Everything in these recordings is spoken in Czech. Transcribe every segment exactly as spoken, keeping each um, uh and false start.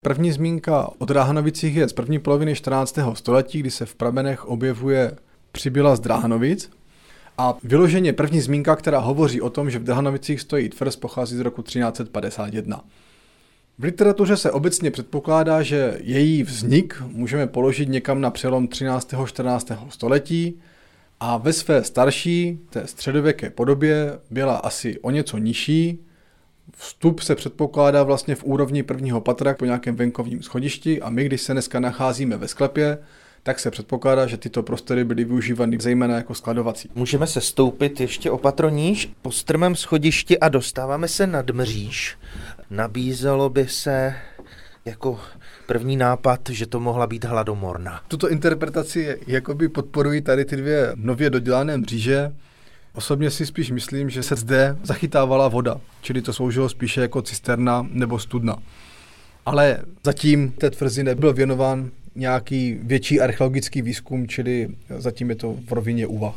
První zmínka o Dráhanovicích je z první poloviny čtrnáctého století, kdy se v pramenech objevuje přibyla z Dráhanovic. A vyloženě první zmínka, která hovoří o tom, že v Dráhanovicích stojí tvrz, pochází z roku třináct set padesát jedna. V literatuře se obecně předpokládá, že její vznik můžeme položit někam na přelom třináctého a čtrnáctého století a ve své starší, té středověké podobě byla asi o něco nižší. Vstup se předpokládá vlastně v úrovni prvního patra po nějakém venkovním schodišti a my, když se dneska nacházíme ve sklepě, tak se předpokládá, že tyto prostory byly využívány zejména jako skladovací. Můžeme se stoupit ještě o patro níž po strmém schodišti a dostáváme se nad mříž. Nabízelo by se jako první nápad, že to mohla být hladomorna. Tuto interpretaci jakoby podporují tady ty dvě nově dodělané mříže. Osobně si spíš myslím, že se zde zachytávala voda, čili to sloužilo spíše jako cisterna nebo studna. Ale zatím té tvrzi nebyl věnován nějaký větší archeologický výzkum, čili zatím je to v rovině úvah.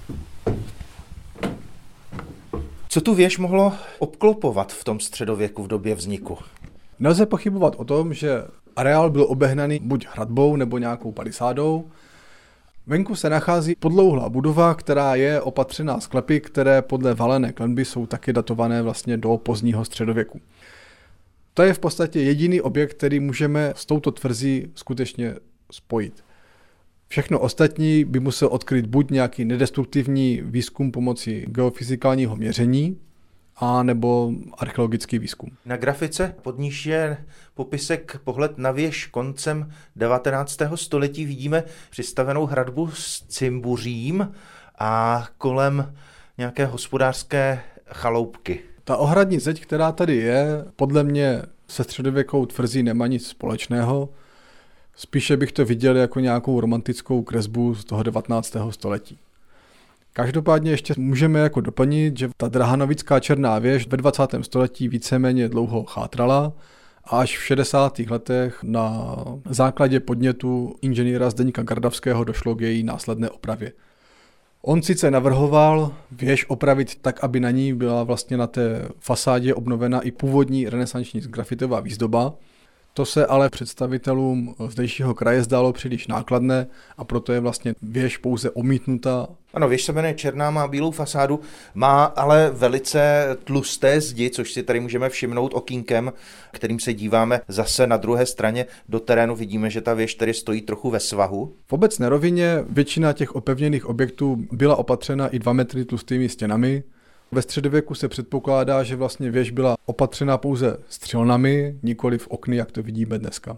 Co tu věž mohlo obklopovat v tom středověku v době vzniku? Nelze pochybovat o tom, že areál byl obehnaný buď hradbou nebo nějakou palisádou. Venku se nachází podlouhlá budova, která je opatřená sklepy, které podle valené klenby jsou taky datované vlastně do pozdního středověku. To je v podstatě jediný objekt, který můžeme s touto tvrzí skutečně spojit. Všechno ostatní by musel odkryt buď nějaký nedestruktivní výzkum pomocí geofyzikálního měření, a nebo archeologický výzkum. Na grafice pod níž je popisek pohled na věž koncem devatenáctého století. Vidíme přistavenou hradbu s cimbuřím a kolem nějaké hospodářské chaloupky. Ta ohradní zeď, která tady je, podle mě se středověkou tvrzí nemá nic společného. Spíše bych to viděl jako nějakou romantickou kresbu z toho devatenáctého století. Každopádně ještě můžeme jako doplnit, že ta Drahanovická černá věž ve dvacátém století víceméně dlouho chátrala a až v šedesátých letech na základě podnětu inženýra Zdeňka Gardavského došlo k její následné opravě. On sice navrhoval věž opravit tak, aby na ní byla vlastně na té fasádě obnovena i původní renesanční grafitová výzdoba. To se ale představitelům zdejšího kraje zdálo příliš nákladné a proto je vlastně věž pouze omítnuta. Ano, věž se jmenuje černá, má bílou fasádu, má ale velice tlusté zdi, což si tady můžeme všimnout okýnkem, kterým se díváme zase na druhé straně do terénu. Vidíme, že ta věž tady stojí trochu ve svahu. V obecné rovině většina těch opevněných objektů byla opatřena i dva metry tlustými stěnami. Ve středověku se předpokládá, že vlastně věž byla opatřena pouze střelnami, nikoli v okny, jak to vidíme dneska.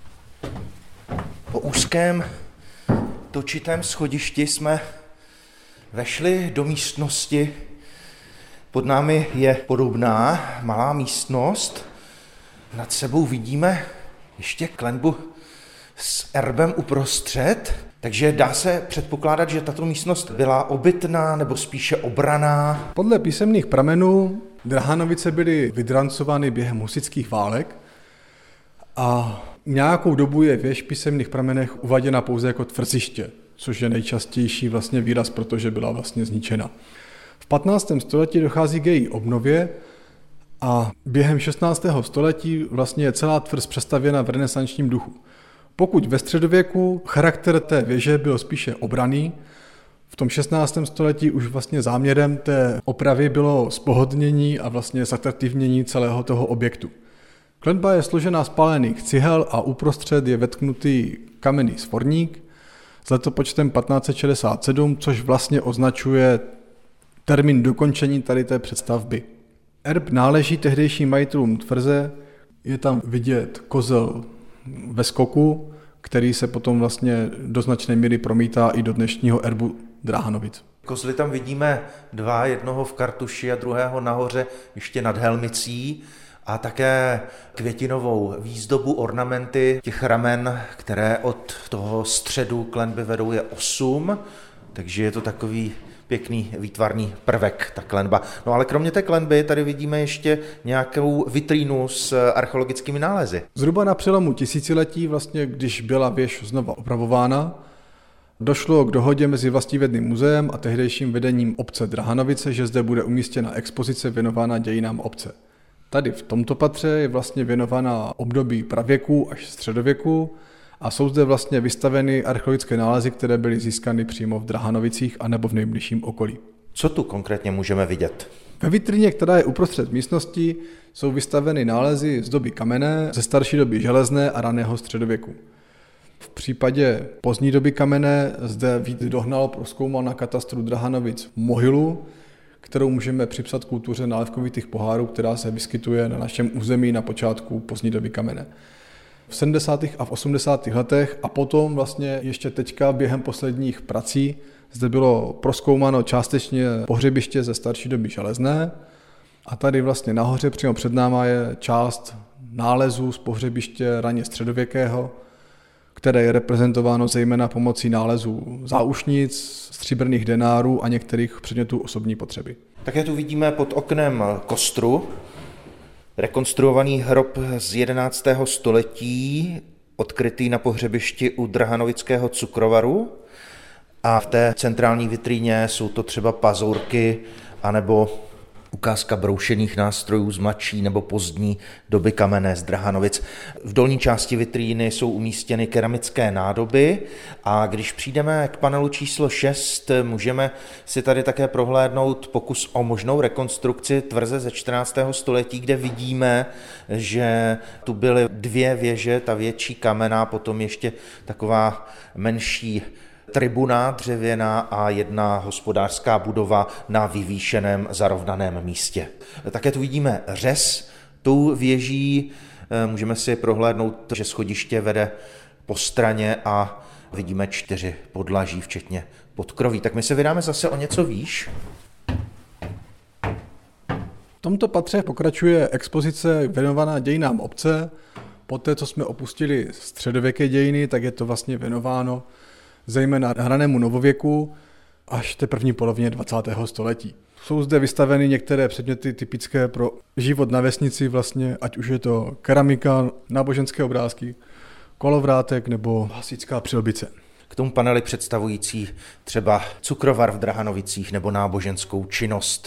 Po úzkém točitém schodišti jsme vešli do místnosti. Pod námi je podobná malá místnost. Nad sebou vidíme ještě klenbu s erbem uprostřed. Takže dá se předpokládat, že tato místnost byla obytná nebo spíše obranná. Podle písemných pramenů Drahanovice byly vydrancovány během husitských válek a nějakou dobu je věž v písemných pramenech uváděna pouze jako tvrziště, což je nejčastější vlastně výraz, protože byla vlastně zničena. V patnáctém století dochází k její obnově a během šestnáctého století vlastně je celá tvrz přestavěna v renesančním duchu. Pokud ve středověku charakter té věže byl spíše obranný, v tom šestnáctém století už vlastně záměrem té opravy bylo zpohodlnění a vlastně zatraktivnění celého toho objektu. Klenba je složená z palených cihel a uprostřed je vetknutý kamenný svorník s letopočtem patnáct set šedesát sedm, což vlastně označuje termín dokončení tady té představby. Erb náleží tehdejším majitelům tvrze, je tam vidět kozel ve skoku, který se potom vlastně do značné míry promítá i do dnešního erbu Drahanovic. Kozly tam vidíme dva, jednoho v kartuši a druhého nahoře ještě nad helmicí a také květinovou výzdobu, ornamenty těch ramen, které od toho středu klenby vedou, je osm, takže je to takový pěkný výtvarný prvek, ta klenba. No ale kromě té klenby tady vidíme ještě nějakou vitrínu s archeologickými nálezy. Zhruba na přelomu tisíciletí, vlastně, když byla věž znova opravována, došlo k dohodě mezi Vlastivědným muzeem a tehdejším vedením obce Drahanovice, že zde bude umístěna expozice věnována dějinám obce. Tady v tomto patře je vlastně věnovaná období pravěku až středověku a jsou zde vlastně vystaveny archeologické nálezy, které byly získány přímo v Drahanovicích anebo v nejbližším okolí. Co tu konkrétně můžeme vidět? Ve vitrině, která je uprostřed místnosti, jsou vystaveny nálezy z doby kamenné, ze starší doby železné a raného středověku. V případě pozdní doby kamenné zde Vít Dohnal prozkoumal na katastru Drahanovic mohylu, kterou můžeme připsat kultuře nálevkovitých pohárů, která se vyskytuje na našem území na počátku pozdní doby kamenné. V sedmdesátých a v osmdesátých letech a potom vlastně ještě teďka během posledních prací zde bylo prozkoumáno částečně pohřebiště ze starší doby železné a tady vlastně nahoře přímo před náma je část nálezů z pohřebiště raně středověkého, které je reprezentováno zejména pomocí nálezů záušnic, stříbrných denárů a některých předmětů osobní potřeby. Také tu vidíme pod oknem kostru, rekonstruovaný hrob z jedenáctého století, odkrytý na pohřebišti u Drahanovického cukrovaru. A v té centrální vitríně jsou to třeba pazourky anebo ukázka broušených nástrojů z mladší nebo pozdní doby kamenné z Drahanovic. V dolní části vitríny jsou umístěny keramické nádoby a když přijdeme k panelu číslo šest, můžeme si tady také prohlédnout pokus o možnou rekonstrukci tvrze ze čtrnáctého století, kde vidíme, že tu byly dvě věže, ta větší kamenná, potom ještě taková menší tribuna dřevěná a jedna hospodářská budova na vyvýšeném zarovnaném místě. Také tu vidíme řez tou věží, můžeme si prohlédnout, že schodiště vede po straně a vidíme čtyři podlaží, včetně podkroví. Tak my se vydáme zase o něco výš. V tomto patře pokračuje expozice věnovaná dějinám obce. Poté, co jsme opustili středověké dějiny, tak je to vlastně věnováno zejména ranému novověku až té první polovině dvacátého století. Jsou zde vystaveny některé předměty typické pro život na vesnici, vlastně, ať už je to keramika, náboženské obrázky, kolovrátek nebo hasičská přilbice. K tomu panely představující třeba cukrovar v Drahanovicích nebo náboženskou činnost.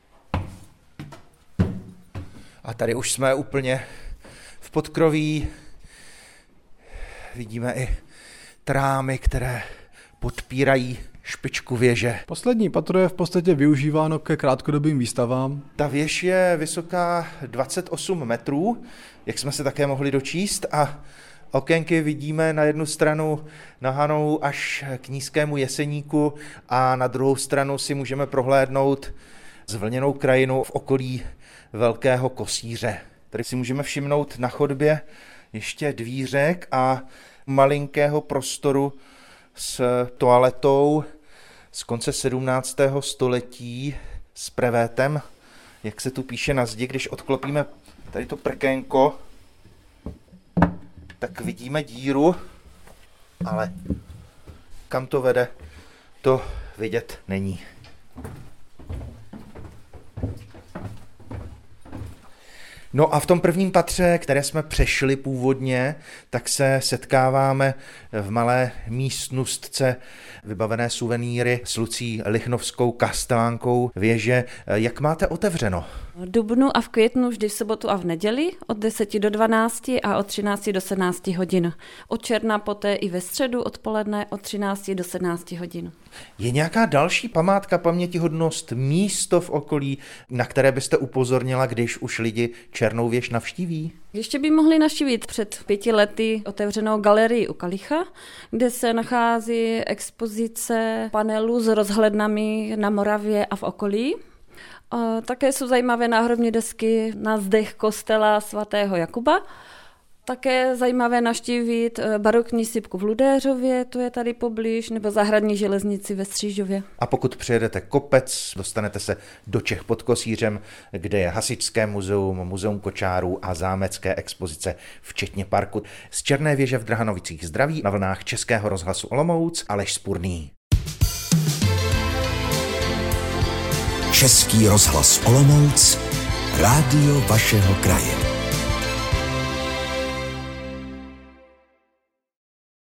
A tady už jsme úplně v podkroví. Vidíme i trámy, které podpírají špičku věže. Poslední patro je v podstatě využíváno ke krátkodobým výstavám. Ta věž je vysoká dvacet osm metrů, jak jsme se také mohli dočíst, a okénky vidíme na jednu stranu nahanou až k nízkému jeseníku a na druhou stranu si můžeme prohlédnout zvlněnou krajinu v okolí Velkého Kosíře. Tady si můžeme všimnout na chodbě ještě dvířek a malinkého prostoru s toaletou z konce sedmnáctého století s prevétem, jak se tu píše na zdi. Když odklopíme tady to prkénko, tak vidíme díru, ale kam to vede, to vidět není. No a v tom prvním patře, které jsme přešli původně, tak se setkáváme v malé místnostce vybavené suvenýry s Lucí Lichnovskou, kastelánkou věže. Jak máte otevřeno? V dubnu a v květnu vždy v sobotu a v neděli od deseti do dvanácti a od třinácti do sedmnácti hodin. Od června poté i ve středu odpoledne od třinácti do sedmnácti hodin. Je nějaká další památka, pamětihodnost, místo v okolí, na které byste upozornila, když už lidi Černou věž navštíví? Ještě by mohli navštívit před pěti lety otevřenou galerii u Kalicha, kde se nachází expozice panelů s rozhlednami na Moravě a v okolí. A také jsou zajímavé náhrobní desky na zdech kostela svatého Jakuba. Také zajímavé navštívit barokní sýpku v Ludéřově, to je tady poblíž, nebo zahradní železnici ve Střížově. A pokud přijedete kopec, dostanete se do Čech pod Kosířem, kde je hasičské muzeum, muzeum kočárů a zámecké expozice, včetně parku. Z Černé věže v Drahanovicích zdraví na vlnách Českého rozhlasu Olomouc Aleš Spurný. Český rozhlas Olomouc, rádio vašeho kraje.